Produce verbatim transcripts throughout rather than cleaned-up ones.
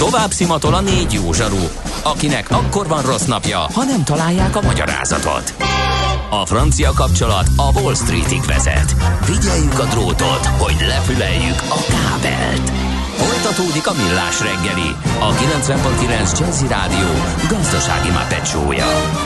Tovább szimatol a négy jó zsaru, akinek akkor van rossz napja, ha nem találják a magyarázatot. A francia kapcsolat a Wall Streetig vezet. Figyeljük a drótot, hogy lefüleljük a kábelt. Folytatódik a Millás reggeli, a kilencven pont kilenc Jazzy Rádió gazdasági Muppet show-ja.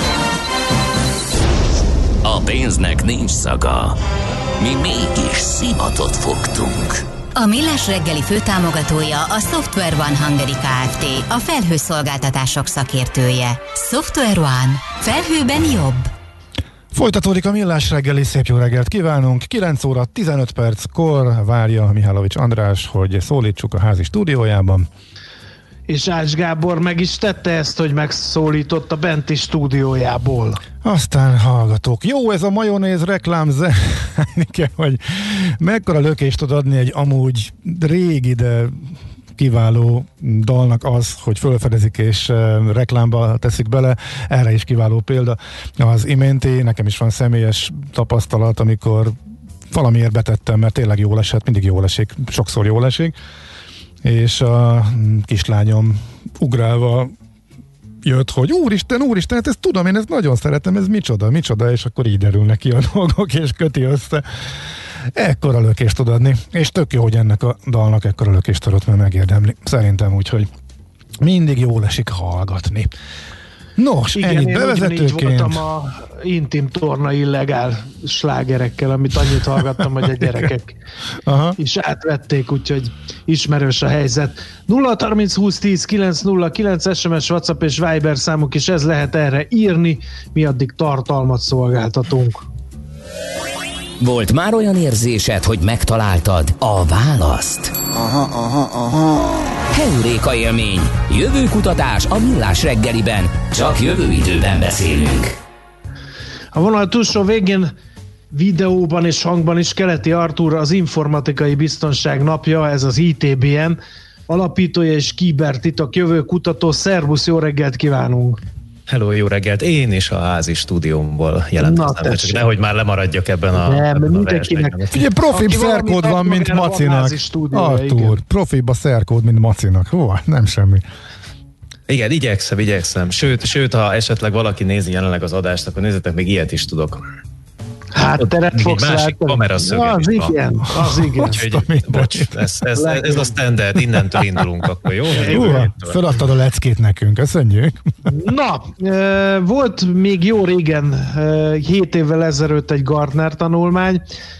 A pénznek nincs szaga. Mi mégis szimatot fogtunk. A Millás reggeli főtámogatója a Software One Hungary Kft., a felhőszolgáltatások szakértője. Software One. Felhőben jobb. Folytatódik a Millás reggeli, szép jó reggelt kívánunk. kilenc óra tizenöt perckor várja Mihálovics András, hogy szólítsuk a házi stúdiójában. És Ács Gábor meg is tette ezt, hogy megszólított a benti stúdiójából. Aztán hallgatók. Jó, ez a majonéz reklám zenike, hogy mekkora lökést tud adni egy amúgy régi, de kiváló dalnak az, hogy fölfedezik és uh, reklámba teszik bele. Erre is kiváló példa az iménti. Nekem is van személyes tapasztalat, amikor valamiért betettem, mert tényleg jól esett, mindig jól esik, sokszor jól esik, és a kislányom ugrálva jött, hogy úristen, úristen, hát ezt tudom, én ezt nagyon szeretem, ez micsoda, micsoda, és akkor így derülnek ki a dolgok, és köti össze. Ekkora lökést tud adni, és tök jó, hogy ennek a dalnak ekkora lökést adott, mert megérdemli. Szerintem úgy, hogy mindig jól esik hallgatni. Nos, igen, ennyit én bevezetőként. Igen, voltam a intim torna illegál slágerekkel, amit annyit hallgattam, hogy a gyerekek Aha. is átvették, úgyhogy ismerős a helyzet. nulla harminc húsz tíz kilenc nulla kilenc es em es, WhatsApp és Viber számuk is, ez lehet erre írni, mi addig tartalmat szolgáltatunk. Volt már olyan érzésed, hogy megtaláltad a választ? Aha, aha, aha. Heuréka élmény, jövőkutatás a Millás reggeliben, csak jövő időben beszélünk. A vonal túlsó végén videóban és hangban is Keleti Artúr, az Informatikai Biztonság Napja, ez az i té bé en alapítója és kibertitok jövőkutató. Szervusz, jó reggelt kívánunk! Hello, jó reggelt! Én is a házi stúdiómból jelentkezem, csak nehogy már lemaradjak ebben a, Nem, ebben a versenyben. Figyelj, profibb szerkód van, mint Macinak. Artúr, profibb a szerkód, mint Macinak. Hú, nem semmi. Igen, igyekszem, igyekszem. Sőt, sőt, ha esetleg valaki nézi jelenleg az adást, akkor nézzetek, még ilyet is tudok. Hát teret fogsz másik látni. kameraszögem az is van. igen, az igen. Úgyhogy, bocs, ez, ez, ez a standard, innentől indulunk akkor, jó? Húha, feladtad a leckét nekünk, köszönjük. Na, volt még jó régen, hét évvel ezelőtt egy Gartner tanulmány,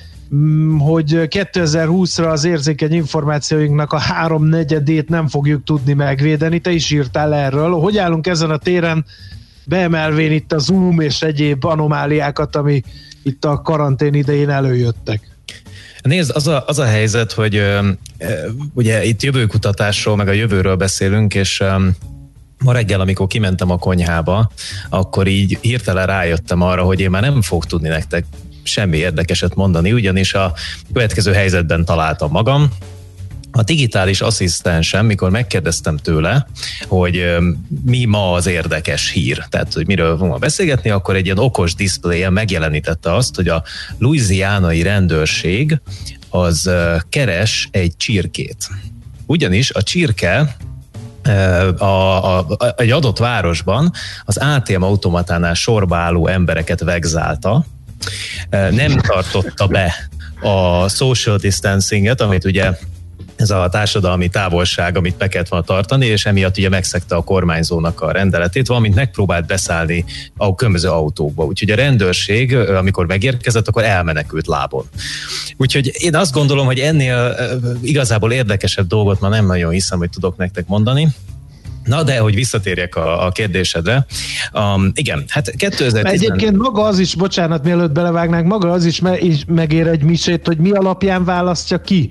hogy kétezer-húszra az érzékeny információinknak a háromnegyedét nem fogjuk tudni megvédeni. Te is írtál erről. Hogy állunk ezen a téren, beemelvén itt a Zoom és egyéb anomáliákat, ami itt a karantén idején előjöttek? Nézd, az a, az a helyzet, hogy uh, ugye itt jövőkutatásról, meg a jövőről beszélünk, és um, ma reggel, amikor kimentem a konyhába, akkor így hirtelen rájöttem arra, hogy én már nem fog tudni nektek semmi érdekeset mondani, ugyanis a következő helyzetben találtam magam. A digitális asszisztensem, mikor megkérdeztem tőle, hogy mi ma az érdekes hír, tehát hogy miről fogunk beszélgetni, akkor egy ilyen okos diszpléjen megjelenítette azt, hogy a louisianai rendőrség az keres egy csirkét. Ugyanis a csirke A, a, a, egy adott városban az á té em automatánál sorba álló embereket vegzálta, nem tartotta be a social distancinget, amit ugye ez a társadalmi távolság, amit be kellett volna tartani, és emiatt ugye megszegte a kormányzónak a rendeletét, valamint megpróbált beszállni a különböző autókba. Úgyhogy a rendőrség, amikor megérkezett, akkor elmenekült lábon. Úgyhogy én azt gondolom, hogy ennél igazából érdekesebb dolgot ma nem nagyon hiszem, hogy tudok nektek mondani. Na, de hogy visszatérjek a, a kérdésedre. Um, igen, hát kétezer-tíz... Egyébként maga az is, bocsánat, mielőtt belevágnánk, maga az is, me, is megér egy misét, hogy mi alapján választja ki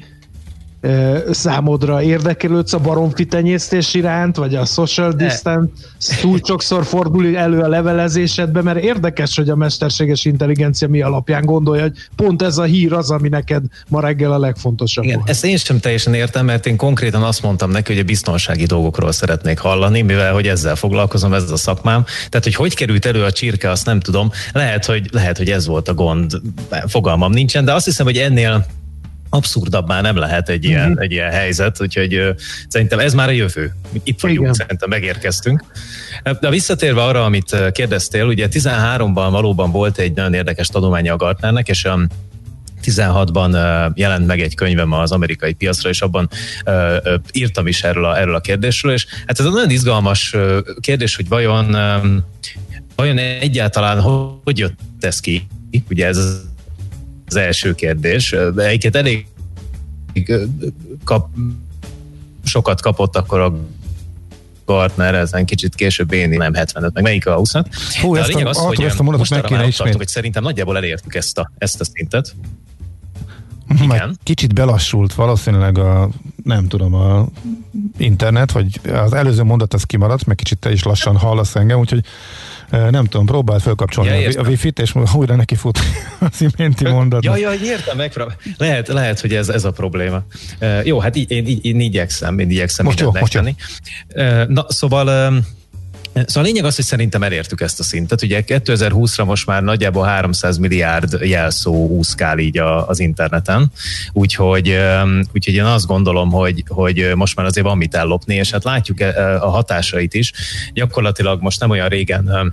e, számodra. Érdekelődsz a baromfi tenyésztés iránt, vagy a social distance túl sokszor fordul elő a levelezésedbe, mert érdekes, hogy a mesterséges intelligencia mi alapján gondolja, hogy pont ez a hír az, ami neked ma reggel a legfontosabb. Igen, ezt én sem teljesen értem, mert én konkrétan azt mondtam neki, hogy a biztonsági dolgokról szeretnék hallani, mivel hogy ezzel foglalkozom, ez a szakmám. Tehát, hogy hogy került elő a csirke, azt nem tudom. Lehet, hogy, lehet, hogy ez volt a gond, fogalmam nincsen, de azt hiszem, hogy ennél abszurdabb már nem lehet egy ilyen, uh-huh. egy ilyen helyzet, úgyhogy uh, szerintem ez már a jövő. Itt vagyunk, igen. Szerintem megérkeztünk. De visszatérve arra, amit kérdeztél, ugye tizenháromban valóban volt egy nagyon érdekes tanulmánya a Gartnernek, és um, tizenhatban uh, jelent meg egy könyvem az amerikai piacra, és abban uh, uh, írtam is erről a, erről a kérdésről, és hát ez egy nagyon izgalmas uh, kérdés, hogy vajon, um, vajon egyáltalán hogy jött ez ki? Ugye ez az első kérdés. Egyiket elég kap, sokat kapott akkor a Gartner, ezen kicsit később én nem hetvenöt, meg melyik a huszonöt. Hú, de a lényeg az, hogy ezt a mondatot meg kéne tartok, hogy szerintem nagyjából elértük ezt a, ezt a szintet. Igen. Kicsit belassult valószínűleg a, nem tudom, a internet, vagy az előző mondat az kimaradt, meg kicsit te is lassan hallasz engem, úgyhogy nem tudom, próbáld felkapcsolni ja, a, a wifi-t, és újra neki fut az iménti mondatnak. Ja, ja, értem, meg, lehet, lehet, hogy ez, ez a probléma. Uh, jó, hát így, én, így, én igyekszem, én igyekszem most mindent jó, megtenni. Uh, na, szóval... Um, Szóval a lényeg az, hogy szerintem elértük ezt a szintet. Ugye kétezer-húszra most már nagyjából háromszáz milliárd jelszó úszkál így a, az interneten, úgyhogy, úgyhogy én azt gondolom, hogy, hogy most már azért van mit ellopni, és hát látjuk a hatásait is. Gyakorlatilag most nem olyan régen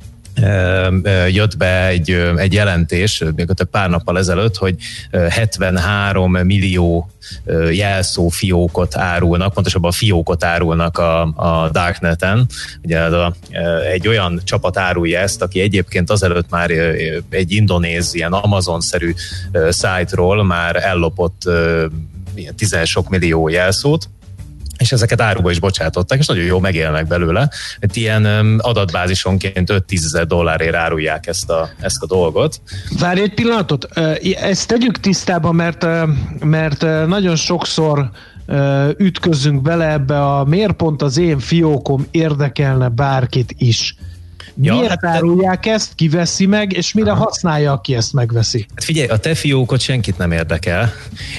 jött be egy, egy jelentés, pár nappal ezelőtt, hogy hetvenhárom millió jelszó fiókot árulnak, pontosabban fiókot árulnak a, a Darkneten. Ugye a, egy olyan csapat árulja ezt, aki egyébként azelőtt már egy indonéz, ilyen Amazon-szerű szájtról már ellopott ilyen tizen sok millió jelszót, és ezeket áruba is bocsátották, és nagyon jó megélnek belőle. Itt ilyen adatbázisonként öt-tízezer dollárért árulják ezt a, ezt a dolgot. Várj egy pillanatot, ezt tegyük tisztába, mert, mert nagyon sokszor ütközünk bele ebbe a miért pont az én fiókom érdekelne bárkit is. Ja, miért hát árulják te... ezt, ki veszi meg, és mire aha. használja, aki ezt megveszi? Hát figyelj, a te fiókot senkit nem érdekel,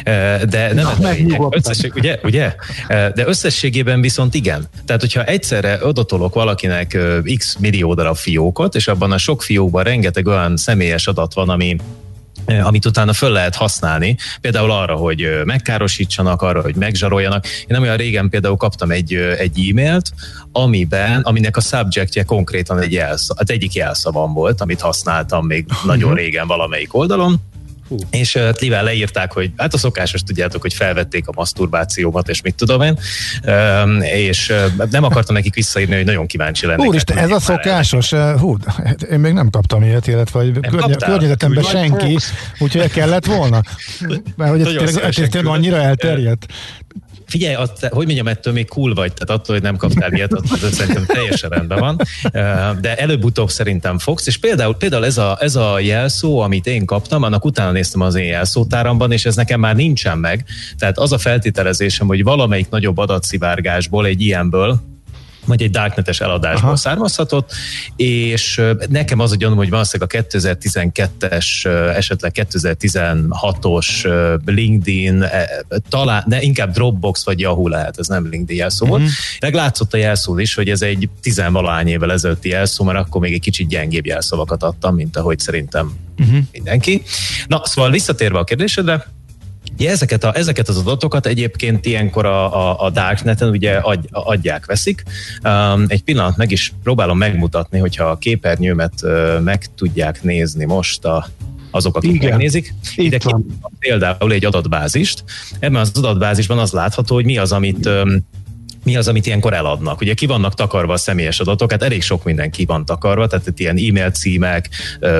de nem Na, Összesség, ugye, ugye? De összességében viszont igen. Tehát, hogyha egyszerre adatolok valakinek x millió darab fiókot, és abban a sok fiókban rengeteg olyan személyes adat van, ami amit utána föl lehet használni, például arra, hogy megkárosítsanak, arra, hogy megzsaroljanak. Én nem olyan régen például kaptam egy, egy e-mailt, amiben, aminek a subjectje konkrétan egy jelszav, hát egyik jelszavam volt, amit használtam még nagyon régen valamelyik oldalon, Hú. és uh, livel leírták, hogy hát a szokásos, tudjátok, hogy felvették a maszturbációmat, és mit tudom én, um, és uh, nem akartam nekik visszaírni, hogy nagyon kíváncsi lennék. Úristen, ez a szokásos, uh, hú, én még nem kaptam ilyet, illetve vagy környezetemben senki, úgyhogy kellett volna. Mert hogy ez tényleg annyira elterjedt. Figyelj, att, hogy mondjam, ettől még cool vagy, tehát attól, hogy nem kaptál ilyet, attól szerintem teljesen rendben van, de előbb-utóbb szerintem fogsz, és például, például ez, a, ez a jelszó, amit én kaptam, annak utána néztem az én jelszótáramban, és ez nekem már nincsen meg, tehát az a feltételezésem, hogy valamelyik nagyobb adatszivárgásból, egy ilyenből, vagy egy darknetes eladásból Aha. származhatott, és nekem az a gyanúm, hogy valószínűleg a kétezer-tizenkettes, esetleg kétezer-tizenhatos LinkedIn, talán, de inkább Dropbox vagy Yahoo lehet, ez nem LinkedIn jelszó volt. Mm-hmm. Meglátszott a jelszó is, hogy ez egy tizenvalahány évvel ezelőtti jelszó, mert akkor még egy kicsit gyengébb jelszavakat adtam, mint ahogy szerintem mm-hmm. mindenki. Na, szóval visszatérve a kérdésedre, ja, ezeket, a, ezeket az adatokat egyébként ilyenkor a, a, a Darkneten ugye adj, adják, veszik. Um, egy pillanat meg is próbálom megmutatni, hogyha a képernyőmet uh, meg tudják nézni most a, azok, akik Igen. megnézik. Ide például egy adatbázist. Ebben az adatbázisban az látható, hogy mi az, amit... Um, mi az, amit ilyenkor eladnak. Ugye ki vannak takarva a személyes adatok, hát elég sok minden ki van takarva, tehát itt ilyen e-mail címek,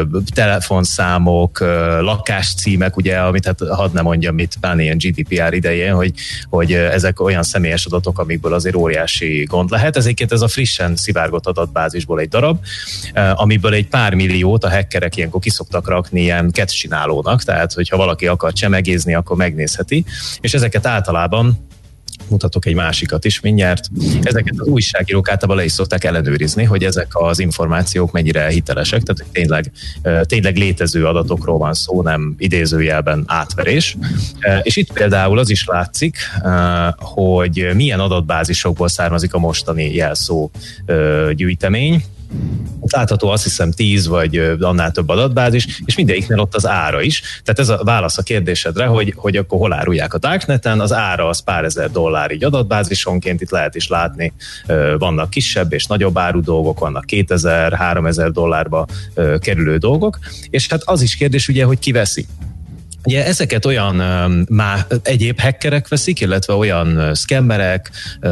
telefonszámok, lakáscímek, ugye, amit hát hadd ne mondjam, mit pláne ilyen gé dé pé er idején, hogy, hogy ezek olyan személyes adatok, amikből azért óriási gond lehet. Ezeket ez a frissen szivárgott adatbázisból egy darab, amiből egy pár milliót a hackerek ilyenkor kiszoktak rakni ilyen catchinálónak, tehát hogyha valaki akar csemegézni, akkor megnézheti, és ezeket általában mutatok egy másikat is mindjárt. Ezeket az újságírók általában le is szokták ellenőrizni, hogy ezek az információk mennyire hitelesek, tehát hogy tényleg, tényleg létező adatokról van szó, nem idézőjelben átverés. És itt például az is látszik, hogy milyen adatbázisokból származik a mostani jelszó gyűjtemény. látható azt hiszem tíz vagy annál több adatbázis, és mindegyiknél ott az ára is. Tehát ez a válasz a kérdésedre, hogy, hogy akkor hol árulják a Darkneten, az ára az pár ezer dollár így adatbázisonként, itt lehet is látni, vannak kisebb és nagyobb áru dolgok, vannak kétezer-háromezer dollárba kerülő dolgok, és hát az is kérdés ugye, hogy ki veszi. Ugye ezeket olyan már egyéb hackerek veszik, illetve olyan szkemmerek,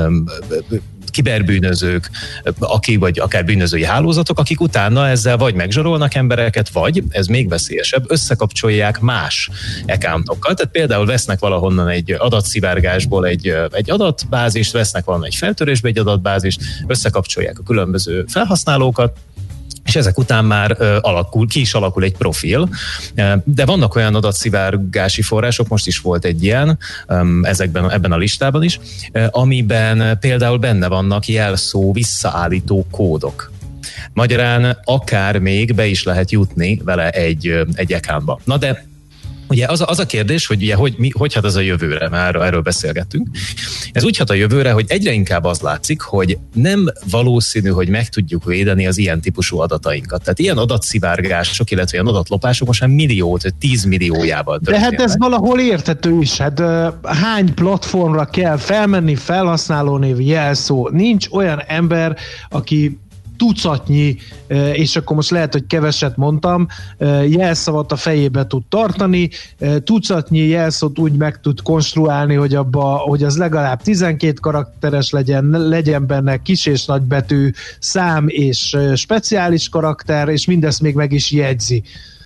kiberbűnözők, aki, vagy akár bűnözői hálózatok, akik utána ezzel vagy megzsarolnak embereket, vagy, ez még veszélyesebb, összekapcsolják más accountokkal. Tehát például vesznek valahonnan egy adatszivárgásból egy, egy adatbázist, vesznek valahonnan egy feltörésbe egy adatbázist, összekapcsolják a különböző felhasználókat, és ezek után már uh, alakul, ki is alakul egy profil, uh, de vannak olyan adatszivárgási források, most is volt egy ilyen, um, ezekben, ebben a listában is, uh, amiben például benne vannak jelszó visszaállító kódok. Magyarán akár még be is lehet jutni vele egy, egy accountba. Na de ugye az a, az a kérdés, hogy ugye, hogy, mi, hogy hat ez a jövőre, már erről beszélgettünk. Ez úgy hat a jövőre, hogy egyre inkább az látszik, hogy nem valószínű, hogy meg tudjuk védeni az ilyen típusú adatainkat. Tehát ilyen adatszivárgások, illetve ilyen adatlopások most már milliót, tíz milliójával történnek. De hát ez valahol érthető is. Hát uh, hány platformra kell felmenni, felhasználónév, jelszó. Nincs olyan ember, aki tucatnyi, és akkor most lehet, hogy keveset mondtam, jelszavat a fejébe tud tartani, tucatnyi jelszót úgy meg tud konstruálni, hogy, abba, hogy az legalább tizenkét karakteres legyen, legyen benne kis és nagy betű, szám és speciális karakter, és mindezt még meg is jegyzi.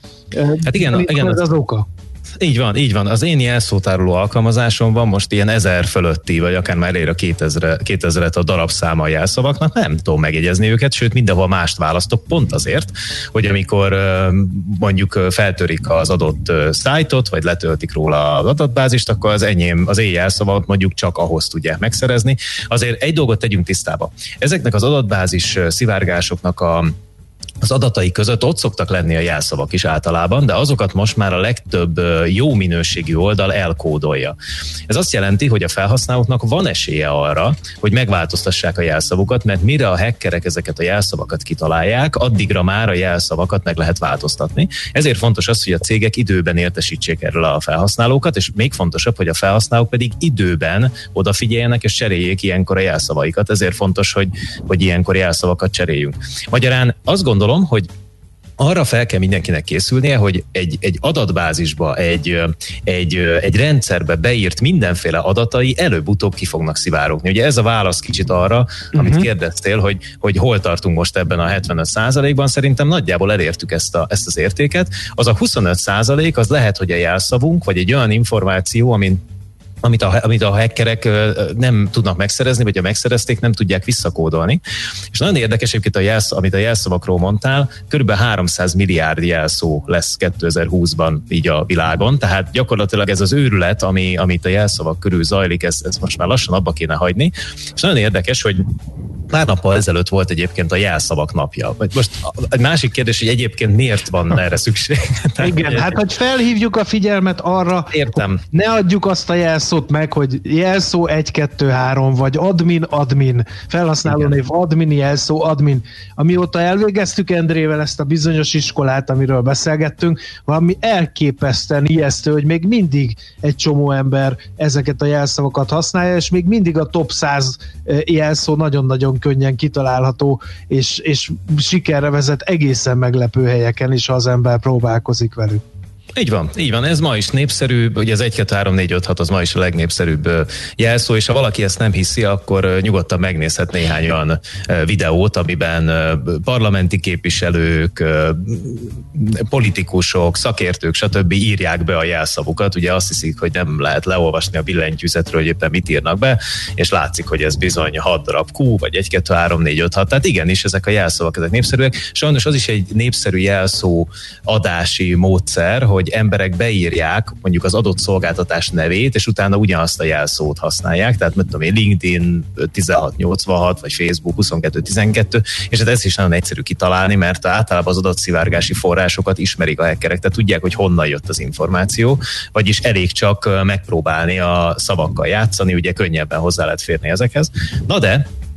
Hát igen, igen ez az oka. Így van, így van. Az én jelszótároló alkalmazásom van most ilyen ezer fölötti, vagy akár már elér a kétezret a darabszáma a jelszavaknak, nem tudom megjegyezni őket, sőt mindenhol mást választok pont azért, hogy amikor mondjuk feltörik az adott szájtot, vagy letöltik róla az adatbázist, akkor az enyém, az én jelszavat mondjuk csak ahhoz tudják megszerezni. Azért egy dolgot tegyünk tisztába. Ezeknek az adatbázis szivárgásoknak a az adatai között ott szoktak lenni a jelszavak is általában, de azokat most már a legtöbb jó minőségű oldal elkódolja. Ez azt jelenti, hogy a felhasználóknak van esélye arra, hogy megváltoztassák a jelszavukat, mert mire a hackerek ezeket a jelszavakat kitalálják, addigra már a jelszavakat meg lehet változtatni. Ezért fontos az, hogy a cégek időben értesítsék erről a felhasználókat, és még fontosabb, hogy a felhasználók pedig időben odafigyeljenek és cseréljék ilyenkor a jelszavaikat. Ezért fontos, hogy, hogy ilyenkor jelszavakat cseréljünk. Magyarán azt gondolom, hogy arra fel kell mindenkinek készülnie, hogy egy, egy adatbázisba, egy, egy, egy rendszerbe beírt mindenféle adatai előbb-utóbb ki fognak szivárogni. Ugye ez a válasz kicsit arra, amit uh-huh. kérdeztél, hogy, hogy hol tartunk most ebben a hetvenöt százalékban, szerintem nagyjából elértük ezt, a, ezt az értéket. Az a huszonöt százalék az lehet, hogy a jelszavunk, vagy egy olyan információ, amin Amit a, amit a hackerek nem tudnak megszerezni, vagy ha megszerezték, nem tudják visszakódolni. És nagyon érdekes egyébként, a jelsz, amit a jelszavakról mondtál, körülbelül háromszáz milliárd jelszó lesz kétezer-húszban így a világon, tehát gyakorlatilag ez az őrület, ami, amit a jelszavak körül zajlik, ez, ez most már lassan abba kéne hagyni. És nagyon érdekes, hogy pár nappal ezelőtt volt egyébként a jelszavak napja. Most egy másik kérdés, hogy egyébként miért van erre szükség? Igen, hát hogy felhívjuk a figyelmet arra, Értem. ne adjuk azt a jelszót meg, hogy jelszó egy kettő három, vagy admin, admin, felhasználónév admin, jelszó, admin. Amióta elvégeztük Endrével ezt a bizonyos iskolát, amiről beszélgettünk, valami elképesztően ijesztő, hogy még mindig egy csomó ember ezeket a jelszavakat használja, és még mindig a top száz jelszó nagyon-nagyon könnyen kitalálható, és, és sikerre vezet egészen meglepő helyeken is, ha az ember próbálkozik velük. Így van, így van, ez ma is népszerű, ugye az egy kettő három négy öt hat az ma is a legnépszerűbb jelszó, és ha valaki ezt nem hiszi, akkor nyugodtan megnézhet néhány olyan videót, amiben parlamenti képviselők, politikusok, szakértők, stb. Írják be a jelszavukat, ugye azt hiszik, hogy nem lehet leolvasni a billentyűzetről, hogy éppen mit írnak be, és látszik, hogy ez bizony hat darab Q, vagy egy kettő három négy öt hat, tehát igenis ezek a jelszavak, ezek népszerűek. Sajnos az is egy népszerű jelszó adási módszer, hogy emberek beírják mondjuk az adott szolgáltatás nevét, és utána ugyanazt a jelszót használják, tehát mit tudom én, LinkedIn tizenhat nyolcvanhat, vagy Facebook huszonkettő tizenkettő, és hát ez is nagyon egyszerű kitalálni, mert általában az adatszivárgási forrásokat ismerik a hackerek, tehát tudják, hogy honnan jött az információ, vagyis elég csak megpróbálni a szavakkal játszani, ugye könnyebben hozzá lehet férni ezekhez. Na de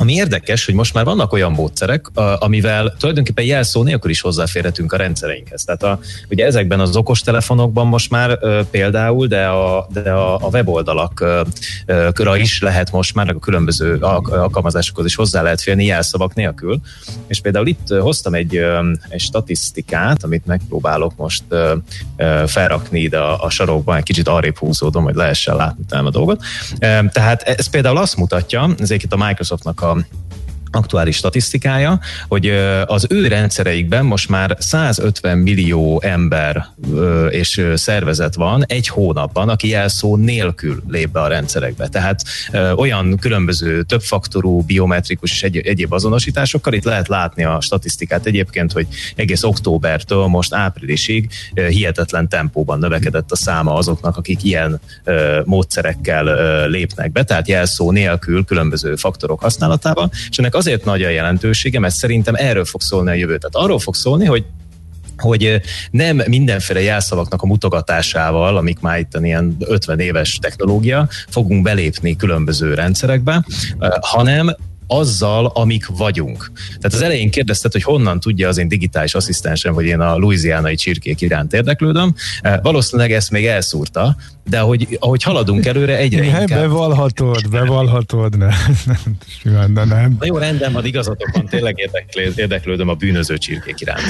Ami érdekes, hogy most már vannak olyan módszerek, amivel tulajdonképpen jelszó nélkül is hozzáférhetünk a rendszereinkhez. Tehát a, ugye ezekben az okostelefonokban most már például, de a, de a, a weboldalakra is lehet most már, a különböző alkalmazásokhoz is hozzá lehet férni jelszavak nélkül. És például itt hoztam egy, egy statisztikát, amit megpróbálok most felrakni ide a, a sarokban, egy kicsit arrébb húzódom, hogy lehessen látni a dolgot. Tehát ez például azt mutatja, ezért itt a Microsoftnak a aktuális statisztikája, hogy az ő rendszereikben most már százötven millió ember és szervezet van egy hónapban, aki jelszó nélkül lép be a rendszerekbe. Tehát olyan különböző többfaktorú, biometrikus és egy, egyéb azonosításokkal itt lehet látni a statisztikát egyébként, hogy egész októbertől most áprilisig hihetetlen tempóban növekedett a száma azoknak, akik ilyen módszerekkel lépnek be, tehát jelszó nélkül különböző faktorok használatában, és ennek azért nagy a jelentősége, mert szerintem erről fog szólni a jövő. Tehát arról fog szólni, hogy hogy nem mindenféle jelszavaknak a mutogatásával, amik már itt ilyen ötven éves technológia, fogunk belépni különböző rendszerekbe, hanem azzal, amik vagyunk. Tehát az elején kérdezted, hogy honnan tudja az én digitális asszisztensem, hogy én a louisianai csirkék iránt érdeklődöm. Valószínűleg ezt még elszúrta, de ahogy, ahogy haladunk előre, egyre inkább... Bevallhatod, bevallhatod, ne. de nem. Na jó, rendben, van, igazatok van, tényleg érdeklő, érdeklődöm a bűnöző csirkék iránt.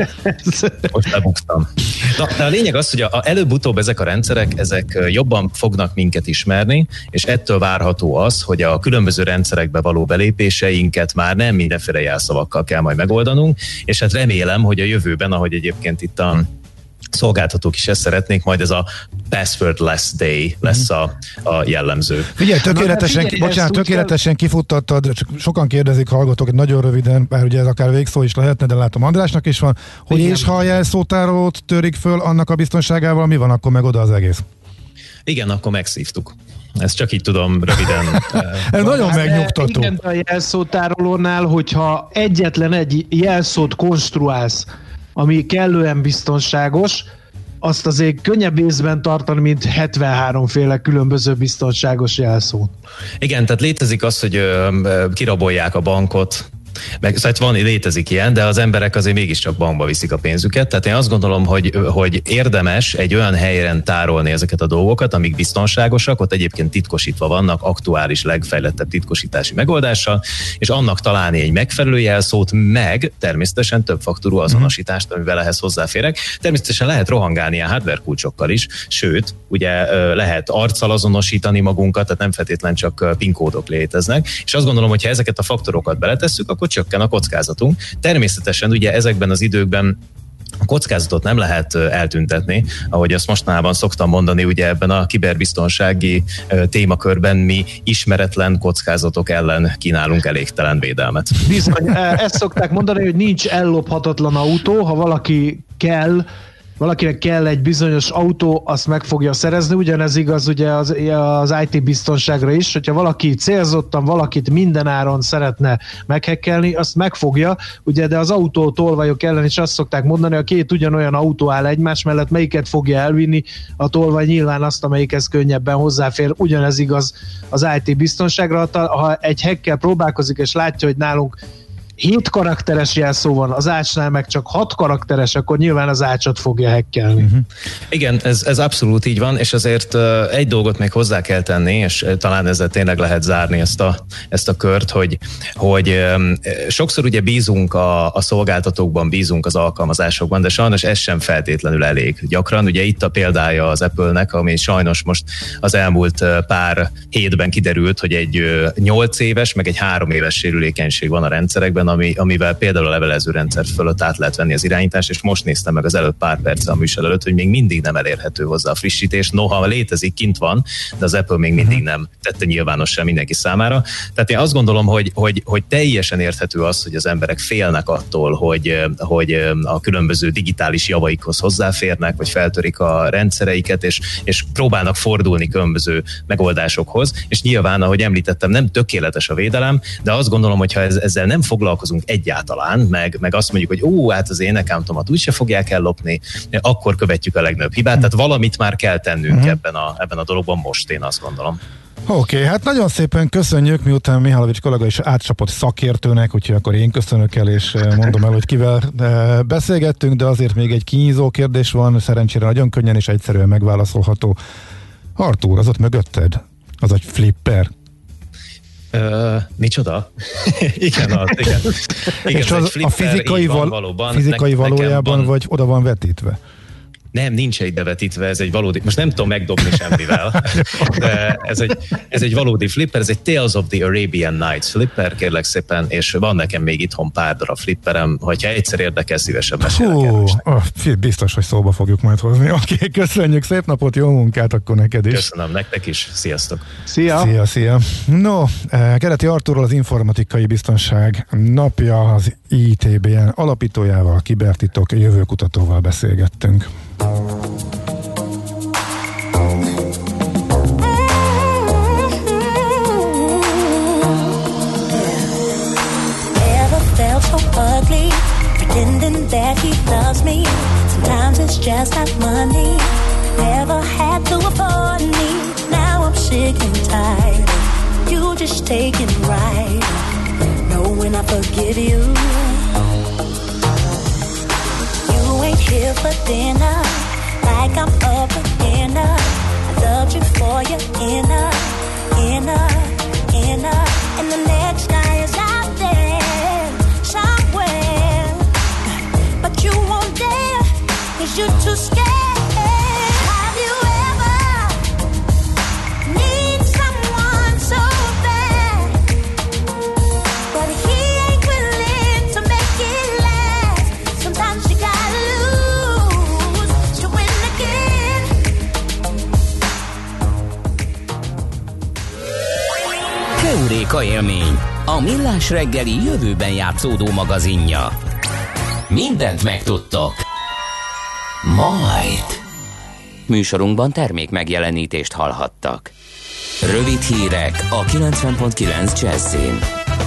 Most lebuktam. Na, de a lényeg az, hogy a, a előbb-utóbb ezek a rendszerek, ezek jobban fognak minket ismerni, és ettől várható az, hogy a különböző rendszerekbe való belépéseinket már nem mindenféle jelszavakkal kell majd megoldanunk, és hát remélem, hogy a jövőben, ahogy egyébként itt a szolgáltatók is ezt szeretnék, majd ez a passwordless day lesz a, a jellemző. Figyelj, tökéletesen, Na, figyelj, bocsánat, tökéletesen kifuttattad, csak sokan kérdezik, hallgatók, nagyon röviden, bár ugye ez akár végszó is lehetne, de látom Andrásnak is van, hogy igen. És ha a jelszótárót törik föl, annak a biztonságával mi van, akkor meg oda az egész? Igen, akkor megszívtuk. Ezt csak így tudom röviden. Ez nagyon megnyugtató. Igen, a jelszótárolónál, hogyha egyetlen egy jelszót konstruálsz, ami kellően biztonságos, azt azért könnyebb észben tartani, mint hetvenhárom féle különböző biztonságos jelszót. Igen, tehát létezik az, hogy ö, kirabolják a bankot, meg, szóval van, létezik ilyen, de az emberek azért mégiscsak bankba viszik a pénzüket, tehát én azt gondolom, hogy, hogy érdemes egy olyan helyen tárolni ezeket a dolgokat, amik biztonságosak, ott egyébként titkosítva vannak, aktuális, legfejlettebb titkosítási megoldással, és annak találni egy megfelelő jelszót, meg természetesen többfaktorú azonosítást, amivel ehhez hozzáférek. Természetesen lehet rohangálni a hardware kulcsokkal is, sőt, ugye lehet arccal azonosítani magunkat, tehát nem feltétlen csak PIN kódok léteznek, és azt gondolom, hogy ha ezeket a faktorokat beletesszük, akkor csökken a kockázatunk. Természetesen ugye ezekben az időkben a kockázatot nem lehet eltüntetni, ahogy azt mostanában szoktam mondani, ugye ebben a kiberbiztonsági témakörben mi ismeretlen kockázatok ellen kínálunk elégtelen védelmet. Bizony, ezt szokták mondani, hogy nincs ellophatatlan autó, ha valaki kell, valakinek kell egy bizonyos autó, azt meg fogja szerezni, ugyanez igaz ugye az, az i té biztonságra is, hogyha valaki célzottan valakit mindenáron szeretne meghekkelni, azt megfogja, ugye, de az autó tolvajok ellen is azt szokták mondani, a két ugyanolyan autó áll egymás mellett, melyiket fogja elvinni, a tolvaj nyilván azt, amelyikhez könnyebben hozzáfér, ugyanez igaz az i té biztonságra, ha egy hacker próbálkozik és látja, hogy nálunk hét karakteres jelszó van, az ácsnál meg csak hat karakteres, akkor nyilván az ácsot fogja hackelni. Uh-huh. Igen, ez, ez abszolút így van, és azért uh, egy dolgot még hozzá kell tenni, és uh, talán ezzel tényleg lehet zárni ezt a, ezt a kört, hogy, hogy um, sokszor ugye bízunk a, a szolgáltatókban, bízunk az alkalmazásokban, de sajnos ez sem feltétlenül elég. Gyakran ugye itt a példája az Apple-nek, ami sajnos most az elmúlt uh, pár hétben kiderült, hogy egy uh, nyolc éves, meg egy három éves sérülékenység van a rendszerekben, Ami, amivel például a levelező rendszer fölött át lehet venni az irányítást, és most néztem meg az előbb pár perccel a műsor előtt, hogy még mindig nem elérhető hozzá a frissítés, noha létezik, kint van, de az Apple még mindig nem tette nyilvánossá mindenki számára. Tehát én azt gondolom, hogy, hogy, hogy teljesen érthető az, hogy az emberek félnek attól, hogy, hogy a különböző digitális javaikhoz hozzáférnek, vagy feltörik a rendszereiket, és, és próbálnak fordulni különböző megoldásokhoz, és nyilván, ahogy említettem, nem tökéletes a védelem, de azt gondolom, hogy ha ez, ezzel nem foglalkozunk egyáltalán, meg, meg azt mondjuk, hogy ó, hát az én accountomat úgyse fogják ellopni, akkor követjük a legnagyobb hibát, tehát valamit már kell tennünk uh-huh. ebben, a, ebben a dologban most, én azt gondolom. Oké, okay, hát nagyon szépen köszönjük, miután Mihálovics kollega is átcsapott szakértőnek, úgyhogy akkor én köszönök el, és mondom el, hogy kivel beszélgettünk, de azért még egy kinyízó kérdés van, szerencsére nagyon könnyen és egyszerűen megválaszolható. Artúr, az ott mögötted? Az egy flipper? Uh, micsoda? igen, az, igen. igen. És az flipper, a fizikai, val- valóban, fizikai ne, valójában van, vagy oda van vetítve? Nem, nincs egy bevetítve, ez egy valódi, most nem tudom megdobni semmivel, de ez egy, ez egy valódi flipper, ez egy Tales of the Arabian Nights flipper, kérlek szépen, és van nekem még itthon pár darab flipperem, hogyha egyszer érdekel, szívesen mesélek Hú, oh, biztos, hogy szóba fogjuk majd hozni. Oké, okay, köszönjük, szép napot, jó munkát akkor neked is. Köszönöm nektek is, sziasztok. Szia. Szia, szia. No, Kereti Artúrral, az Informatikai Biztonság Napja, az i té bé en alapítójával, kibertitok jövőkutatóval beszélgettünk. Ugly, pretending that he loves me. Sometimes it's just not money. Never had to afford me. Now I'm sick and tired. You just taking right. Knowing I forgive you. You ain't here for dinner. Like I'm up for dinner. I loved you for your inner, inner, inner. And the next guy is out there somewhere, but you won't dare, cause you're too scared. Have you ever need someone so bad, but he ain't willing to make it last? Sometimes you gotta lose to win again. Keuréka élmény, a Millás reggeli jövőben játszódó magazinja. Mindent megtudtok. Majd. Műsorunkban termék megjelenítést hallhattak. Rövid hírek a kilencven pont kilenc Jazzin.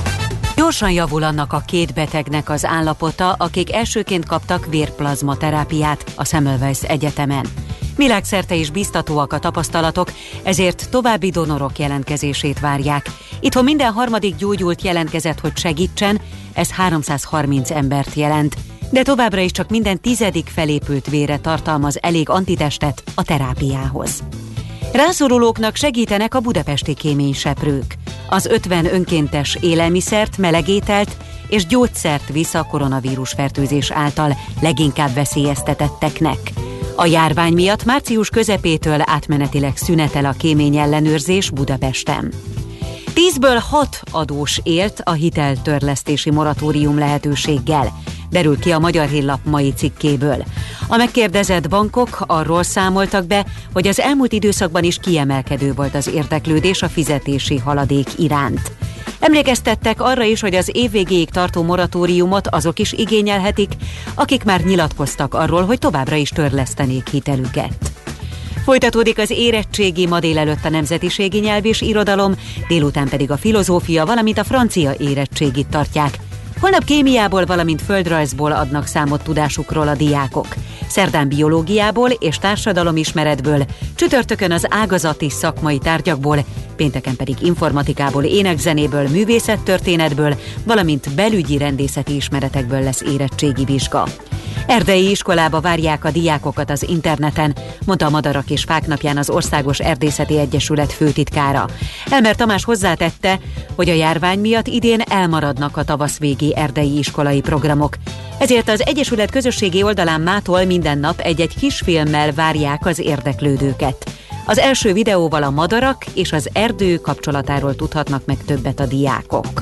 Gyorsan javul annak a két betegnek az állapota, akik elsőként kaptak vérplazma terápiát a Semmelweis Egyetemen. Világszerte is biztatóak a tapasztalatok, ezért további donorok jelentkezését várják. Itthon minden harmadik gyógyult jelentkezett, hogy segítsen, ez háromszázharminc embert jelent. De továbbra is csak minden tizedik felépült vére tartalmaz elég antitestet a terápiához. Rászorulóknak segítenek a budapesti kéményseprők. Az ötven önkéntes élelmiszert, melegételt és gyógyszert visz a koronavírus fertőzés által leginkább veszélyeztetetteknek. A járvány miatt március közepétől átmenetileg szünetel a kéményellenőrzés Budapesten. Tízből hat adós élt a hiteltörlesztési moratórium lehetőséggel, derül ki a Magyar Hírlap mai cikkéből. A megkérdezett bankok arról számoltak be, hogy az elmúlt időszakban is kiemelkedő volt az érdeklődés a fizetési haladék iránt. Emlékeztettek arra is, hogy az év végéig tartó moratóriumot azok is igényelhetik, akik már nyilatkoztak arról, hogy továbbra is törlesztenék hitelüket. Folytatódik az érettségi, ma délelőtt a nemzetiségi nyelv és irodalom, délután pedig a filozófia, valamint a francia érettségit tartják. Holnap kémiából, valamint földrajzból adnak számot tudásukról a diákok. Szerdán biológiából és társadalomismeretből, csütörtökön az ágazati szakmai tárgyakból, pénteken pedig informatikából, énekzenéből, művészettörténetből, valamint belügyi rendészeti ismeretekből lesz érettségi vizsga. Erdélyi iskolába várják a diákokat az interneten, mondta a Madarak és Fák napján az Országos Erdészeti Egyesület főtitkára. Elmer Tamás hozzátette, hogy a járvány miatt idén elmaradnak a tavaszvégi erdélyi iskolai programok. Ezért az Egyesület közösségi oldalán mától minden nap egy-egy kisfilmmel várják az érdeklődőket. Az első videóval a madarak és az erdő kapcsolatáról tudhatnak meg többet a diákok.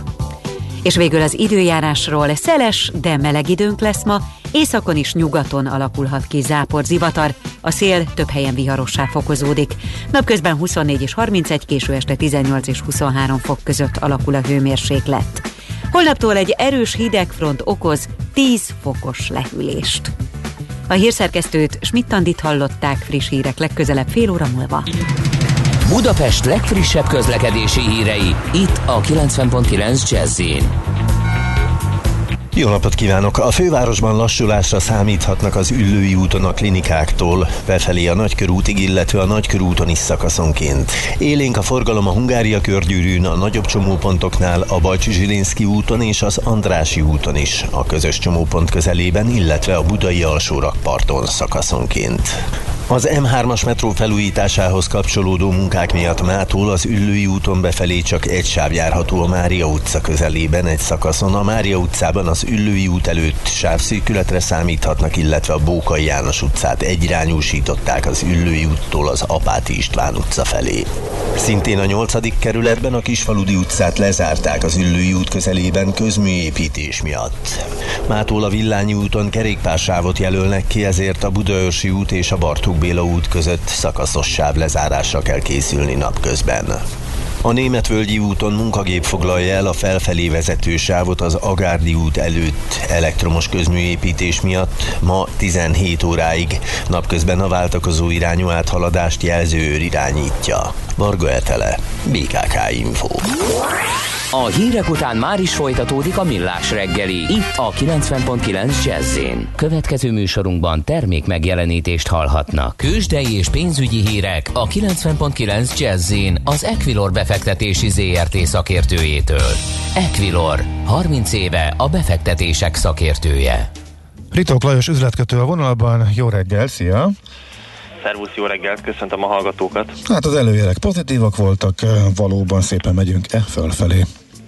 És végül az időjárásról: szeles, de meleg időnk lesz ma, északon is nyugaton alakulhat ki záporzivatar, a szél több helyen viharossá fokozódik. Napközben huszonnégy és harmincegy, késő este tizennyolc és huszonhárom fok között alakul a hőmérséklet. Holnaptól egy erős hidegfront okoz tíz fokos lehűlést. A hírszerkesztőt, Schmidt-Tandit hallották, friss hírek legközelebb fél óra múlva. Budapest legfrissebb közlekedési hírei, itt a kilencven pont kilenc Jazz-in. Jó napot kívánok! A fővárosban lassulásra számíthatnak az Üllői úton a klinikáktól, befelé a Nagykörútig, illetve a Nagykörúton is szakaszonként. Élénk a forgalom a Hungária körgyűrűn, a nagyobb csomópontoknál, a Bajcsy-Zsilinszky úton és az Andrássy úton is, a közös csomópont közelében, illetve a Budai alsórakparton szakaszonként. Az em hármas metró felújításához kapcsolódó munkák miatt mától az Üllői úton befelé csak egy sáv járható a Mária utca közelében egy szakaszon, a Mária utcában az Üllői út előtt sávszűkületre számíthatnak, illetve a Bókai János utcát egyirányúsították az Üllői úttól az Apáti István utca felé. Szintén a nyolcadik kerületben a Kisfaludi utcát lezárták az Üllői út közelében közműépítés miatt. Mától a Villányi úton kerékpársávot jelölnek ki, ezért a Budaörsi út és a Bartók Béla út között szakaszos sáv lezárásra kell készülni napközben. A Németvölgyi úton munkagép foglalja el a felfelé vezető sávot az Agárdi út előtt elektromos közműépítés miatt ma tizenhét óráig, napközben a váltakozó irányú áthaladást jelzőőr irányítja. Varga Etele, bé ká ká Info. A hírek után már is folytatódik a Millás reggeli, itt a kilencven pont kilenc Jazz-én. Következő műsorunkban termék megjelenítést hallhatnak. Kősdei és pénzügyi hírek a kilencven pont kilenc Jazz-én az Equilor befektetési zé er té szakértőjétől. Equilor, harminc éve a befektetések szakértője. Ritók Lajos üzletkötő a vonalban, jó reggel, szia! Szervusz, jó reggelt, köszöntöm a hallgatókat. Hát az előjelek pozitívak voltak, valóban szépen megyünk-e fölfelé?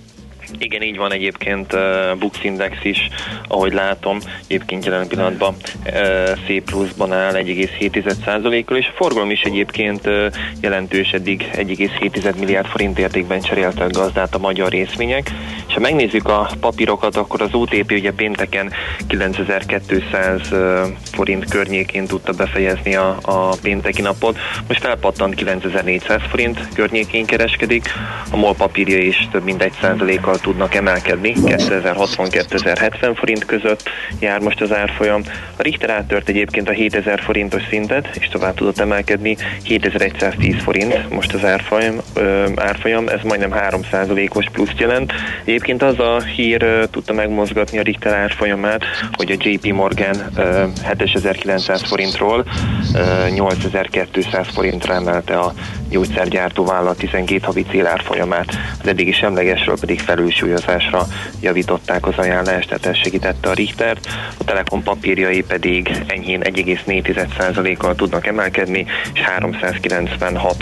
Igen, így van egyébként, uh, Bux Index is, ahogy látom, egyébként jelen pillanatban uh, szép pluszban áll egy egész hét százalékkal, és a forgalom is egyébként uh, jelentős, eddig egy egész hét milliárd forint értékben cseréltek gazdát a magyar részvények, és ha megnézzük a papírokat, akkor az o té pé ugye pénteken kilencezer-kétszáz uh, forint környékén tudta befejezni a, a pénteki napot, most felpattant kilencezer-négyszáz forint környékén kereskedik, a MOL papírja is több mint egy százalékkal tudnak emelkedni, kétezer-hatvan-kétezer-hetven forint között jár most az árfolyam. A Richter áttört egyébként a hétezer forintos szintet, és tovább tudott emelkedni, hétezer-száztíz forint most az árfolyam, ö, árfolyam, ez majdnem három százalékos pluszt jelent. Egyébként az a hír ö, tudta megmozgatni a Richter árfolyamát, hogy a jé pé Morgan ö, hétezer-kilencszáz forintról ö, nyolcezer-kétszáz forintra emelte a gyógyszergyártó vállalat tizenkét havi célárfolyamát, az eddigi semlegesről pedig felülsúlyozásra javították az ajánlást, tehát ez segítette a Richtert. A Telekom papírjai pedig enyhén egy egész négy százalékkal tudnak emelkedni, és háromszázkilencvenhat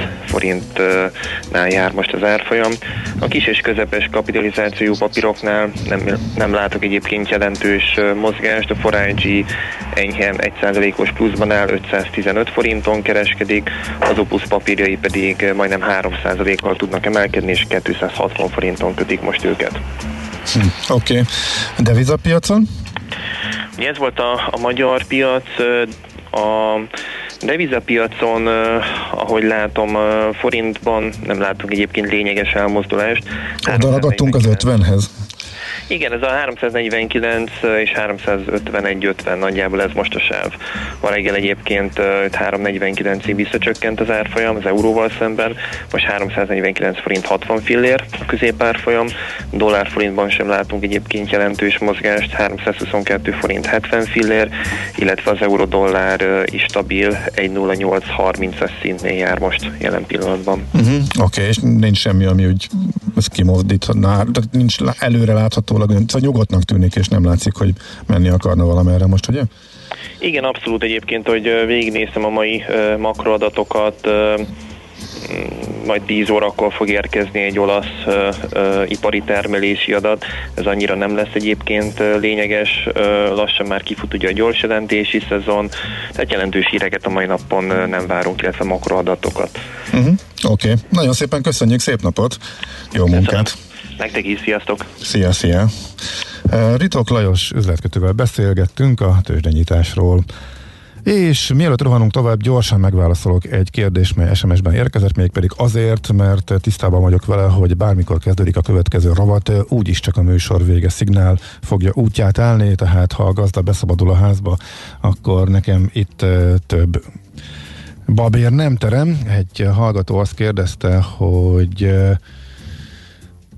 forintnál jár most az árfolyam. A kis és közepes kapitalizációjú papíroknál nem, nem látok egyébként jelentős mozgást, a four i gé enyhén egy százalékos pluszban áll, ötszáztizenöt forinton kereskedik, az Opus papírjai pedig majdnem három százalékkal tudnak emelkedni, és kétszázhatvan forinton kötik most őket. Hm, Oké. Okay. Devizapiacon? Ez volt a, a magyar piac. A devizapiacon, ahogy látom, forintban nem látunk egyébként lényeges elmozdulást. Oda ragadtunk az ötvenhez. Igen, ez a háromszáznegyvenkilenc és háromszázötvenegy ötven nagyjából ez most a sáv. Ma reggel egyébként háromszáznegyvenkilencig visszacsökkent az árfolyam az euróval szemben, most háromszáznegyvenkilenc forint hatvan fillér a középárfolyam, dollár forintban sem látunk egyébként jelentős mozgást, háromszázhuszonkettő forint hetven fillér, illetve az euró-dollár is stabil, egy nulla nyolc harmincas szintnél jár most jelen pillanatban. Uh-huh. Oké, okay, és nincs semmi, ami úgy ezt kimozdíthatná, tehát nincs előre láthatólag, szóval nyugodtnak tűnik, és nem látszik, hogy menni akarna valamerre most, ugye? Igen, abszolút egyébként, hogy végignéztem a mai uh, makroadatokat, uh, majd tíz órakor fog érkezni egy olasz uh, uh, ipari termelési adat, ez annyira nem lesz egyébként uh, lényeges, uh, lassan már kifut ugye a gyors jelentési szezon, tehát jelentős híreket a mai napon uh, nem várunk, illetve makroadatokat. Uh-huh. Oké, okay. Nagyon szépen köszönjük, szép napot, jó munkát! Köszönöm. Nektek is, sziasztok! Szia, szia! Ritók Lajos üzletkötővel beszélgettünk a tőzsdenyításról. És mielőtt rohanunk tovább, gyorsan megválaszolok egy kérdést, mely es em es-ben érkezett, mégpedig azért, mert tisztában vagyok vele, hogy bármikor kezdődik a következő rovat, úgyis csak a műsor vége szignál fogja útját állni, tehát ha a gazda beszabadul a házba, akkor nekem itt több babér nem terem. Egy hallgató azt kérdezte, hogy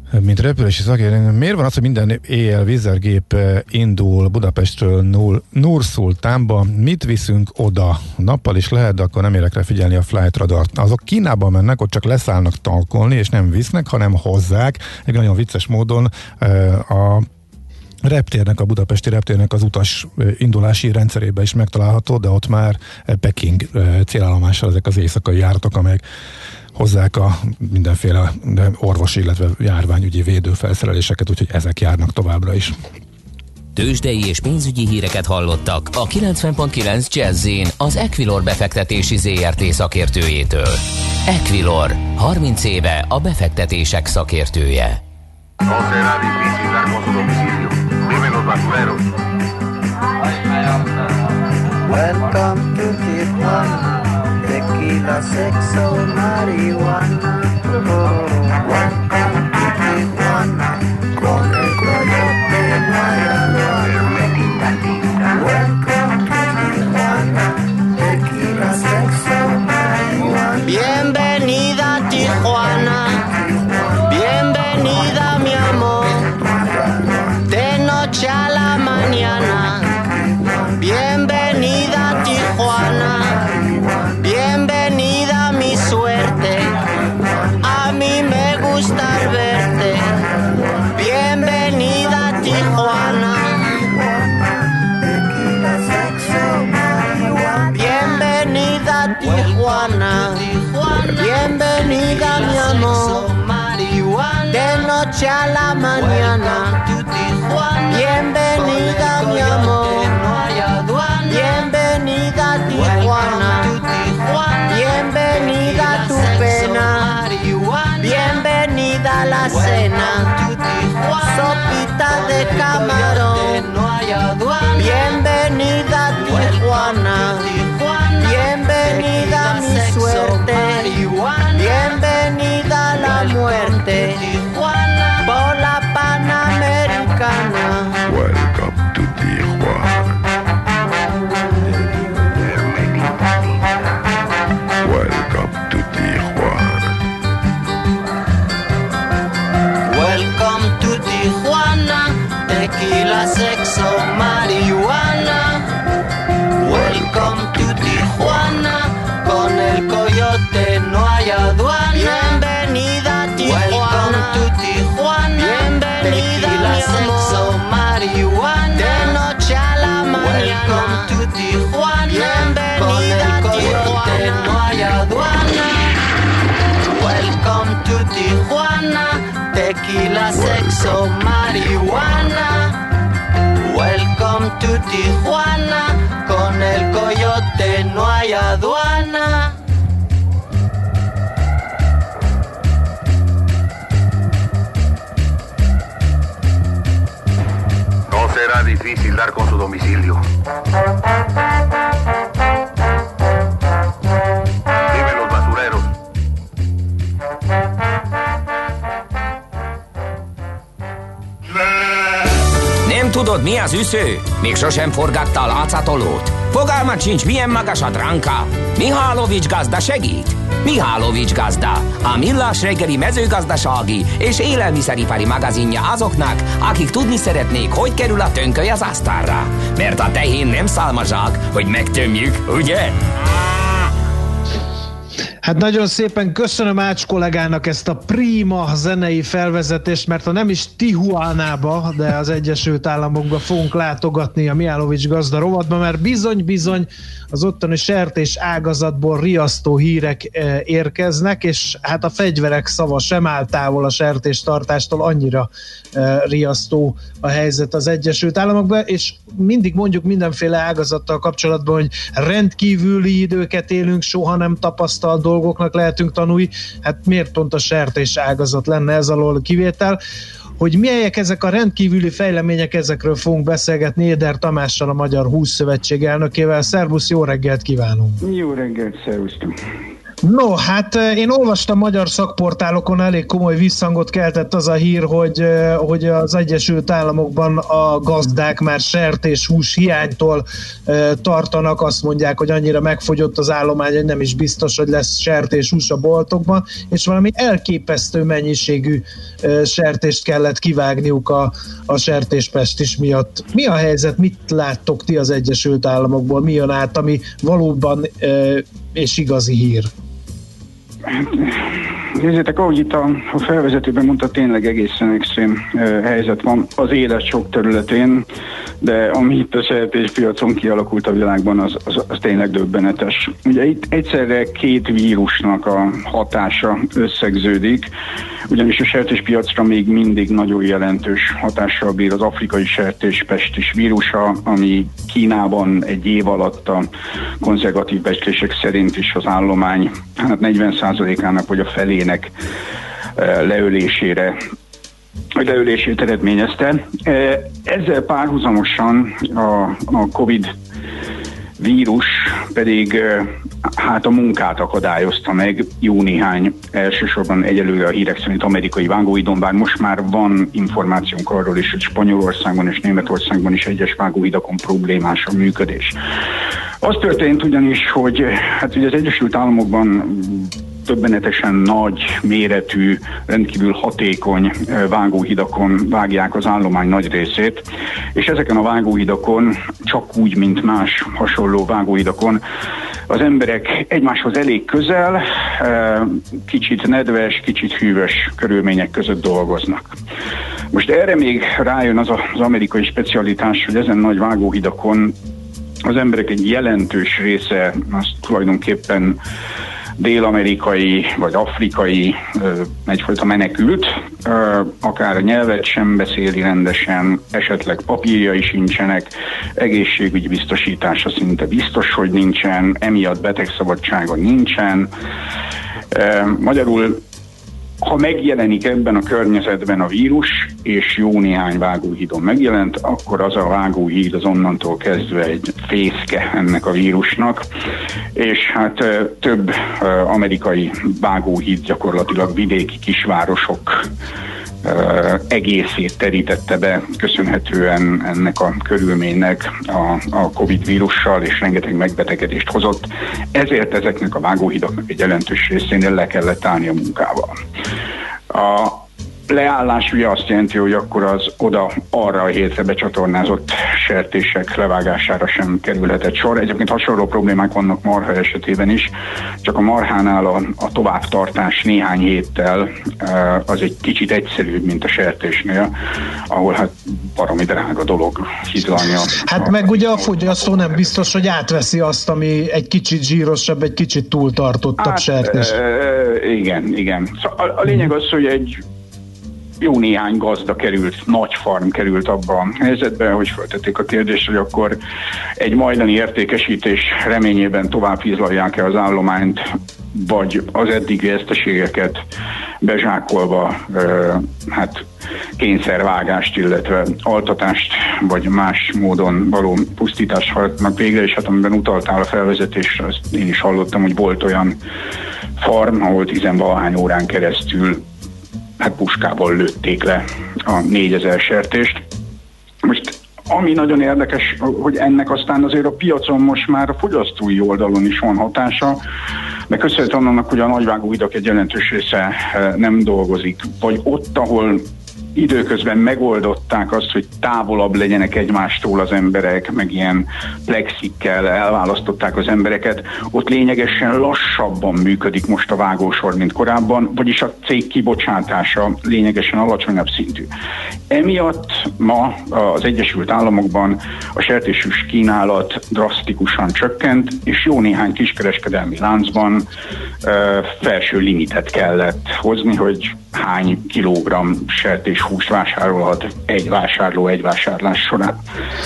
mint repülési szakértő. Miért van az, hogy minden éjjel vízergép indul Budapestről Nur-Szultánba? Mit viszünk oda? Nappal is lehet, de akkor nem érek rá figyelni a flight radart. Azok Kínába mennek, ott csak leszállnak tankolni, és nem visznek, hanem hozzák. Egy nagyon vicces módon a reptérnek, a budapesti reptérnek az utas indulási rendszerében is megtalálható, de ott már Peking célállomással ezek az éjszakai járatok, amelyek hozzák a mindenféle orvosi, illetve járványügyi védőfelszereléseket, úgyhogy ezek járnak továbbra is. Tőzsdei és pénzügyi híreket hallottak a kilencven pont kilenc Jazz-in az Equilor befektetési zé er té szakértőjétől. Equilor, harminc éve a befektetések szakértője. No será difícil dar con su domicilio. Viven los basureros. Welcome to Tijuana. Tequila, sexo, marihuana. Welcome to Tijuana. Con el coyote no hay aduana. Welcome to Tijuana. Tequila, sexo, marihuana. Bienvenida a Tijuana. Bienvenida mi amor. De noche a la mañana. Bienvenida a Tijuana. Bienvenida mi suerte. A mí me gusta verte. Bienvenida a Tijuana. Bienvenida a Tijuana. Bienvenida mi amor. De noche a la mañana. Bienvenida mi amor. Bienvenida a Tijuana. Bienvenida a tu pena. Bienvenida a la cena. Sopita de camarón. Bienvenida a Tijuana. Bienvenida a mi suerte. Bienvenida a la muerte. Por la Panamericana. Welcome to Tijuana. Welcome to Tijuana. Welcome to Tijuana. Tequila, sexo, marihuana. Welcome to Tijuana. Con el coyote no hay aduana. Bienvenida a Tijuana. Welcome to Tijuana. Bienvenida a sexo, marihuana. De noche a la mañana. Welcome to Tijuana. Bienvenida a Tijuana. No hay aduana. Welcome to Tijuana. Tequila, sexo, marihuana. Welcome to Tijuana. Con el coyote no hay aduana. No será difícil dar con su domicilio. Viven los basureros. Nem tudod, mi az üsző? Még sosem forgatta a látszatolót? Fogalmat sincs, milyen magas a dránka? Mihálovics gazda segít? Mihálovics gazda, a millás reggeli mezőgazdasági és élelmiszeripari magazinja azoknak, akik tudni szeretnék, hogy kerül a tönköly az asztalra. Mert a tehén nem szálmazsák, hogy megtömjük, ugye? Hát nagyon szépen köszönöm Ács kollégának ezt a prima zenei felvezetést, mert ha nem is Tijuánába, de az Egyesült Államokba fogunk látogatni a Mihálovics gazda rovatba, mert bizony-bizony az ottani sertés ágazatból riasztó hírek érkeznek, és hát a fegyverek szava sem áll távol a sertéstartástól, annyira riasztó a helyzet az Egyesült Államokban, és mindig mondjuk mindenféle ágazattal kapcsolatban, hogy rendkívüli időket élünk, soha nem tapasztalt dolgoknak lehetünk tanulni, hát miért pont a sertés ágazat lenne ez alól kivétel. Hogy milyenek ezek a rendkívüli fejlemények, ezekről fogunk beszélgetni Éder Tamással, a Magyar Húszszövetség elnökével. Szervusz, jó reggelt kívánunk! Jó reggelt, szervusztok! No, hát én olvastam magyar szakportálokon, elég komoly visszhangot keltett az a hír, hogy, hogy az Egyesült Államokban a gazdák már sertéshús hiánytól tartanak, azt mondják, hogy annyira megfogyott az állomány, hogy nem is biztos, hogy lesz sertéshús a boltokban, és valami elképesztő mennyiségű sertést kellett kivágniuk a, a sertéspestis miatt. Mi a helyzet, mit láttok ti az Egyesült Államokból, mi jön át, ami valóban és igazi hír? Nézzétek, ahogy itt a, a felvezetőben mondta, tényleg egészen extrém uh, helyzet van az élet sok területén, de ami itt a sertéspiacon kialakult a világban, az, az, az tényleg döbbenetes. Ugye itt egyszerre két vírusnak a hatása összegződik, ugyanis a sertéspiacra még mindig nagyon jelentős hatással bír az afrikai sertéspestis vírusa, ami Kínában egy év alatt a konzervatív becslések szerint is az állomány hát negyven százalékának vagy a felének leölésére leölését eredményezte. Ezzel párhuzamosan a, a Covid vírus pedig hát a munkát akadályozta meg jó néhány, elsősorban egyelőre a hírek szerint amerikai vágóhidon, bár most már van információnk arról is, hogy Spanyolországban és Németországban is egyes vágóhidakon problémás a működés. Az történt ugyanis, hogy hát ugye az Egyesült Államokban többenetesen nagy méretű, rendkívül hatékony vágóhidakon vágják az állomány nagy részét, és ezeken a vágóhidakon, csak úgy, mint más hasonló vágóhidakon, az emberek egymáshoz elég közel, kicsit nedves, kicsit hűvös körülmények között dolgoznak. Most erre még rájön az az amerikai specialitás, hogy ezen nagy vágóhidakon az emberek egy jelentős része az tulajdonképpen dél-amerikai vagy afrikai egyfajta menekült, akár a nyelvet sem beszéli rendesen, esetleg papírjai sincsenek, egészségügyi biztosítása szinte biztos, hogy nincsen, emiatt betegszabadsága nincsen. Magyarul, ha megjelenik ebben a környezetben a vírus, és jó néhány vágóhídon megjelent, akkor az a vágóhíd az onnantól kezdve egy fészke ennek a vírusnak, és hát több amerikai vágóhíd gyakorlatilag vidéki kisvárosok egészét terítette be köszönhetően ennek a körülménynek a, a Covid vírussal, és rengeteg megbetegedést hozott. Ezért ezeknek a vágóhidaknak egy jelentős részénél le kellett állni a munkával. A leállás ugye azt jelenti, hogy akkor az oda arra a hétre becsatornázott sertések levágására sem kerülhetett sor. Egyébként hasonló problémák vannak marha esetében is, csak a marhánál a, a továbbtartás néhány héttel az egy kicsit egyszerűbb, mint a sertésnél, ahol hát baromi drága dolog hizlalni. Hát meg ugye a fogyasztó nem biztos, hogy átveszi azt, ami egy kicsit zsírosabb, egy kicsit túltartottabb hát, sertés. E, igen, igen. Szóval a, a lényeg az, hogy egy jó néhány gazda került, nagy farm került abba a helyzetbe, hogy föltették a kérdést, hogy akkor egy majdani értékesítés reményében tovább hizlalják-e az állományt, vagy az eddigi veszteségeket bezsákolva hát kényszervágást, illetve altatást, vagy más módon való pusztítást hajtnak végre, és hát amiben utaltál a felvezetésre, azt én is hallottam, hogy volt olyan farm, ahol tizenvalahány órán keresztül hát puskából lőtték le a négyezer sertést. Most ami nagyon érdekes, hogy ennek aztán azért a piacon most már a fogyasztói oldalon is van hatása, de köszönhetően annak, hogy a nagyvágóhidak egy jelentős része nem dolgozik, vagy ott, ahol időközben megoldották azt, hogy távolabb legyenek egymástól az emberek, meg ilyen plexikkel elválasztották az embereket, ott lényegesen lassabban működik most a vágósor, mint korábban, vagyis a cég kibocsátása lényegesen alacsonyabb szintű. Emiatt ma az Egyesült Államokban a sertéshús kínálat drasztikusan csökkent, és jó néhány kiskereskedelmi láncban felső limitet kellett hozni, hogy hány kilogramm sertéshúst vásárolhat egy vásárló egy vásárlás során.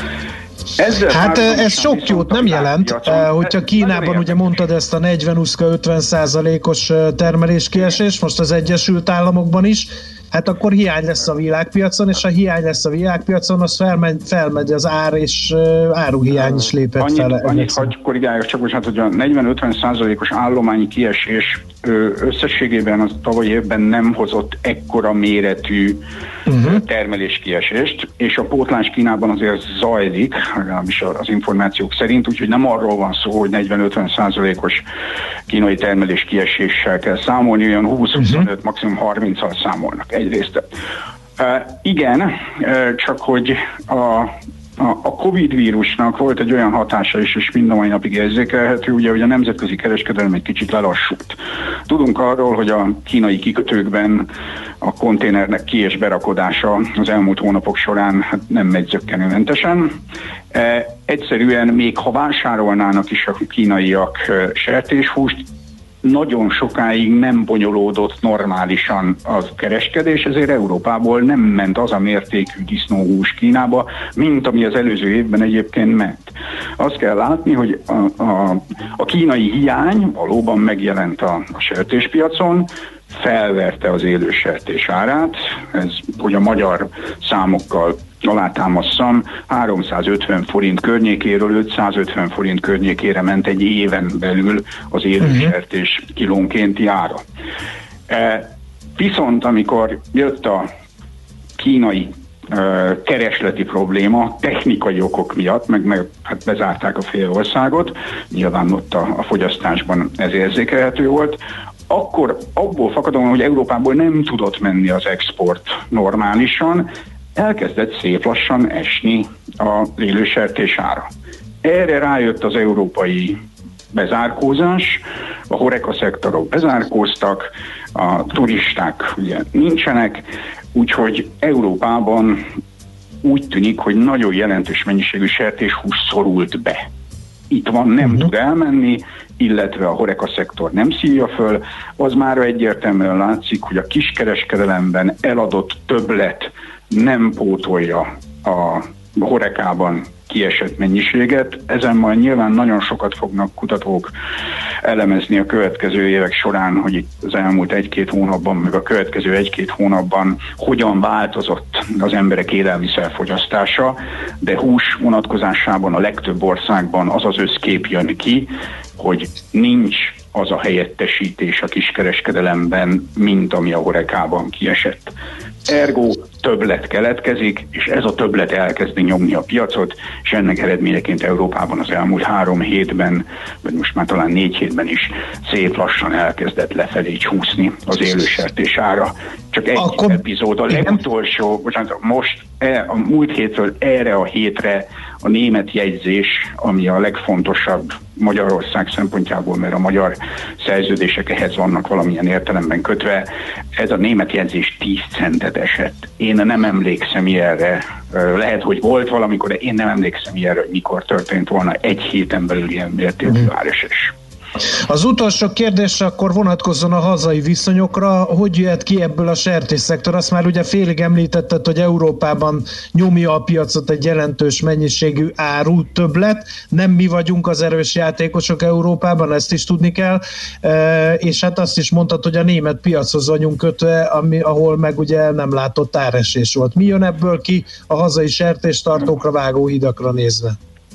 Ezzel hát ez sok jót nem jelent, piacon, hogyha Kínában ugye mondtad ezt a negyven-ötven százalékos termeléskiesés, most az Egyesült Államokban is, hát akkor hiány lesz a világpiacon, és ha hiány lesz a világpiacon, az felmegy, felmegy az ár, és áruhiány is lépett annyit, fel. Annyit hagy korrigáljak csak, hogy, hát, hogy a negyven-ötven százalékos állományi kiesés összességében az tavalyi évben nem hozott ekkora méretű uh-huh. termeléskiesést, és a pótlás Kínában azért zajlik, legalábbis az információk szerint, úgyhogy nem arról van szó, hogy negyven-ötven százalékos kínai termeléskieséssel kell számolni, olyan húsz-huszonöt, uh-huh. maximum harminccal számolnak egyrészt. Uh, igen, uh, csak hogy a A Covid vírusnak volt egy olyan hatása is, és mind a mai napig érzékelhető, ugye, hogy a nemzetközi kereskedelem egy kicsit lelassult. Tudunk arról, hogy a kínai kikötőkben a konténernek ki- és berakodása az elmúlt hónapok során hát nem megy zökkenőmentesen. E, egyszerűen még ha vásárolnának is a kínaiak sertéshúst, nagyon sokáig nem bonyolódott normálisan az kereskedés, ezért Európából nem ment az a mértékű disznóhús Kínába, mint ami az előző évben egyébként ment. Azt kell látni, hogy a, a, a kínai hiány valóban megjelent a, a sertéspiacon, felverte az élő sertés árát, ez, hogy a magyar számokkal alátámasszam, háromszázötven forint környékéről ötszázötven forint környékére ment egy éven belül az élő uh-huh. sertés kilónkénti ára. E, viszont amikor jött a kínai e, keresleti probléma, technikai okok miatt, meg, meg hát bezárták a fél országot, nyilván ott a, a fogyasztásban ez érzékelhető volt, akkor abból fakadóan, hogy Európából nem tudott menni az export normálisan, elkezdett szép lassan esni az élősertés ára. Erre rájött az európai bezárkózás, a horeka szektorok bezárkóztak, a turisták ugye nincsenek, úgyhogy Európában úgy tűnik, hogy nagyon jelentős mennyiségű sertéshús szorult be. Itt van, nem uh-huh. tud elmenni, illetve a horeka szektor nem szívja föl, az már egyértelműen látszik, hogy a kiskereskedelemben eladott többlet nem pótolja a horekában kiesett mennyiséget. Ezen majd nyilván nagyon sokat fognak kutatók elemezni a következő évek során, hogy itt az elmúlt egy-két hónapban, meg a következő egy-két hónapban hogyan változott az emberek élelmiszerfogyasztása, de hús vonatkozásában a legtöbb országban az az összkép jön ki, hogy nincs az a helyettesítés a kiskereskedelemben, mint ami a horekában kiesett. Ergo többlet keletkezik, és ez a többlet elkezdi nyomni a piacot, és ennek eredményeként Európában az elmúlt három hétben, vagy most már talán négy hétben is szép lassan elkezdett lefelé csúszni az élősertés ára. Csak egy Akkor... epizód, a legutolsó, bocsánat, most e, a múlt hétről erre a hétre a német jegyzés, ami a legfontosabb Magyarország szempontjából, mert a magyar szerződések ehhez vannak valamilyen értelemben kötve, ez a német jegyzés tíz centet esett. Én nem emlékszem ilyenre, lehet, hogy volt valamikor, de én nem emlékszem ilyenre, hogy mikor történt volna egy héten belül ilyen mértékű áresés. Az utolsó kérdés akkor vonatkozzon a hazai viszonyokra. Hogy jöhet ki ebből a sertésszektor? Azt már ugye félig említetted, hogy Európában nyomja a piacot egy jelentős mennyiségű áru többlet. Nem mi vagyunk az erős játékosok Európában, ezt is tudni kell. E, és hát azt is mondtad, hogy a német piachoz vagyunk kötve, ami, ahol meg ugye nem látott áresés volt. Mi jön ebből ki a hazai sertéstartókra, vágóhidakra nézve?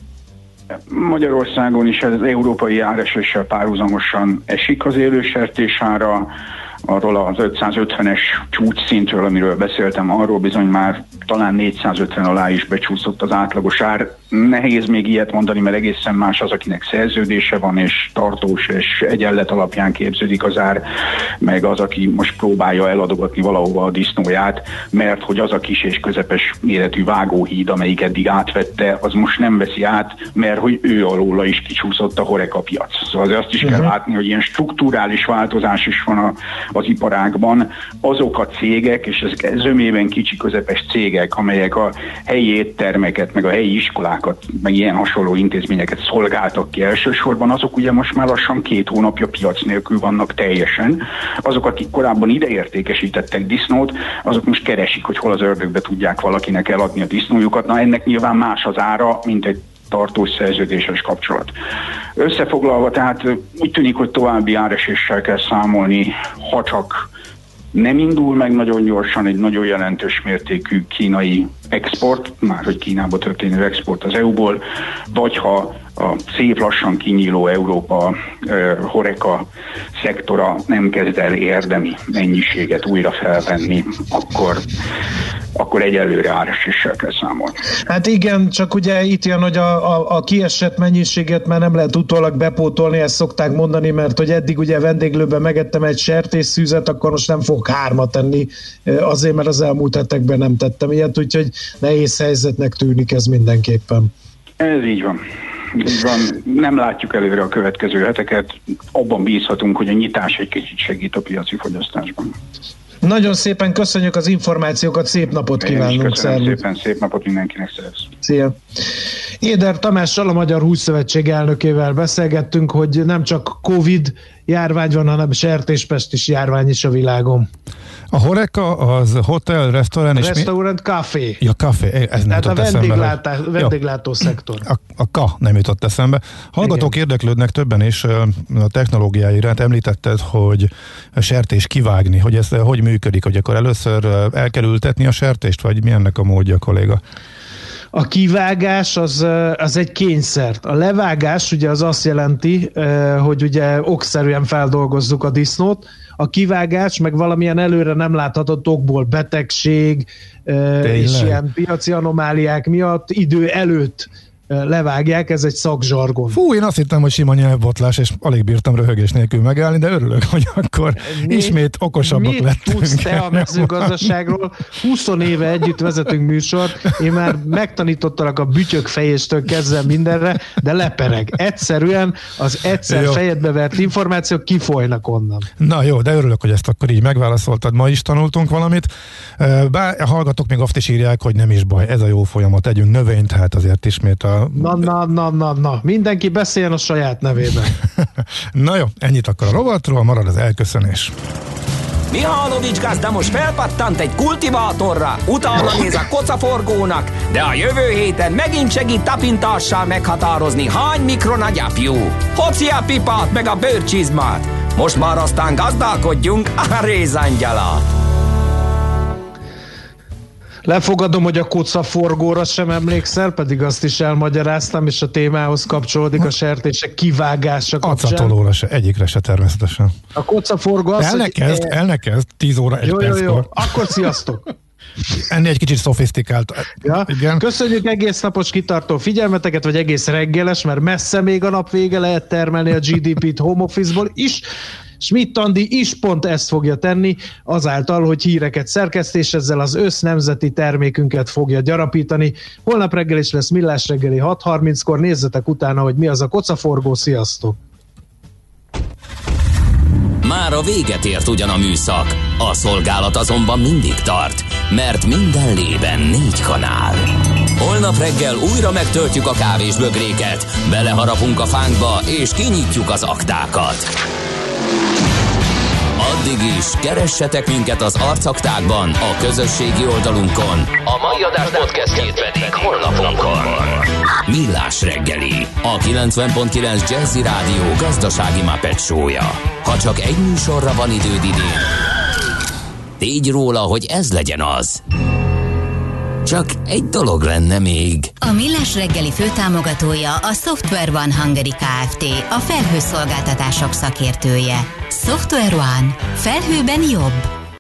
Magyarországon is az európai áreséssel párhuzamosan esik az élősertés ára, arról az ötszázötvenes csúcsszintről, amiről beszéltem, arról bizony már talán négyszázötven alá is becsúszott az átlagos ár. Nehéz még ilyet mondani, mert egészen más az, akinek szerződése van, és tartós, és egyenlet alapján képződik az ár, meg az, aki most próbálja eladogatni valahova a disznóját, mert hogy az a kis és közepes méretű vágóhíd, amelyik eddig átvette, az most nem veszi át, mert hogy ő alóla is kicsúszott a horeka piac. Szóval azt is uh-huh. kell látni, hogy ilyen strukturális változás is van a, az iparágban. Azok a cégek, és ezek zömében kicsi közepes cégek, amelyek a helyi éttermeket, meg a helyi iskolákat, meg ilyen hasonló intézményeket szolgáltak ki elsősorban, azok ugye most már lassan két hónapja piac nélkül vannak teljesen. Azok, akik korábban ide értékesítettek disznót, azok most keresik, hogy hol az ördögbe tudják valakinek eladni a disznójukat. Na ennek nyilván más az ára, mint egy tartós szerződéses kapcsolat. Összefoglalva, tehát úgy tűnik, hogy további áreséssel kell számolni, ha csak nem indul meg nagyon gyorsan egy nagyon jelentős mértékű kínai export, már hogy Kínába történő export az é u-ból, vagy ha a szép lassan kinyíló Európa uh, Horeca szektora nem kezd el érdemi mennyiséget újra felvenni, akkor, akkor egyelőre áreséssel kell számolni. Hát igen, csak ugye itt jön, hogy a, a, a kiesett mennyiséget már nem lehet utólag bepótolni, ezt szokták mondani, mert hogy eddig ugye vendéglőben megettem egy sertésszűzet, akkor most nem fogok hármat tenni, azért, mert az elmúlt hetekben nem tettem ilyet, úgyhogy nehéz helyzetnek tűnik ez mindenképpen. Ez így van. Így van. Nem látjuk előre a következő heteket, abban bízhatunk, hogy a nyitás egy kicsit segít a piaci fogyasztásban. Nagyon szépen köszönjük az információkat, szép napot kívánunk. Én is köszönöm szépen, szép napot mindenkinek, szervusz. Szia! Éder Tamással, a Magyar Hússzövetség elnökével beszélgettünk, hogy nem csak Covid járvány van, hanem sertéspest is járvány is a világon. A Horeca az hotel, restaurant és Restaurant, mi? Café. Ja, café. Ez nem Tehát a vendéglátás, vendéglátó szektor. A, a K nem jutott eszembe. Hallgatók igen. Érdeklődnek többen is a technológiai iránt. Említetted, hogy a sertés kivágni, hogy ez hogy működik, hogy akkor először el kell ültetni a sertést, vagy mi ennek a módja, kolléga? A kivágás az, az egy kényszer. A levágás ugye az azt jelenti, hogy ugye okszerűen feldolgozzuk a disznót, a kivágás meg valamilyen előre nem láthatott okból, betegség Tényleg? és ilyen piaci anomáliák miatt idő előtt levágják, ez egy szakzsargon. Fú, én azt hittem, hogy sima nyelvbotlás, és alig bírtam röhögés nélkül megállni, de örülök, hogy akkor mi, ismét okosabbak mit lettünk. Mit tudsz te a mezőgazdaságról? húsz éve együtt vezetünk műsort, én már megtanítottalak a bütyök fejéstől kezdve mindenre, de lepereg. Egyszerűen az egyszer jó. fejedbe vert információk kifolynak onnan. Na jó, de örülök, hogy ezt akkor így megválaszoltad. Ma is tanultunk valamit. Bár hallgatók még azt is írják, hogy nem is baj, ez a jó folyamat, tegyünk növényt, hát azért ismét a Na, na, na, na, na. Mindenki beszéljen a saját nevében. Na jó, ennyit akkor a rovatról, marad az elköszönés. Mihálovics gazda most felpattant egy kultivátorra, utána néz a kocaforgónak, de a jövő héten megint segít tapintással meghatározni, hány mikron a gyapjú. Hoci a pipát meg a bőrcsizmát. Most már aztán gazdálkodjunk a rézangyalat. Lefogadom, hogy a kocaforgóra sem emlékszel, pedig azt is elmagyaráztam, és a témához kapcsolódik a sertések kivágása kapcsán. Acatolóra se, egyikre se természetesen. A kocaforgó az, el ne kezd, hogy... el ne kezd, tíz óra, egy jó, perckor. Jó, jó, akkor sziasztok! Ennél egy kicsit szofisztikált. Ja. Igen. Köszönjük egész napos kitartó figyelmeteket, vagy egész reggeles, mert messze még a nap vége, lehet termelni a gé dé pét home office-ból is. Schmidt Andi is pont ezt fogja tenni, azáltal, hogy híreket szerkeszt, és ezzel az össznemzeti termékünket fogja gyarapítani. Holnap reggel is lesz Millás reggeli hat harminckor, nézzetek utána, hogy mi az a kocaforgó, sziasztok! Már a véget ért ugyan a műszak, a szolgálat azonban mindig tart, mert minden lében négy kanál. Holnap reggel újra megtöltjük a kávésbögréket, beleharapunk a fánkba és kinyitjuk az aktákat. Addig is keressetek minket az arcaktákban, a közösségi oldalunkon. A mai adás podcastjét pedig honlapunkon. Millás reggeli, a kilencven pont kilenc Jazzy Rádió gazdasági Muppet show-ja. Ha csak egy műsorra van időd idén, tégy róla, hogy ez legyen az. Csak egy dolog lenne még. A Millás reggeli főtámogatója a Software One Hungary Kft., a felhőszolgáltatások szakértője. Software One. Felhőben jobb.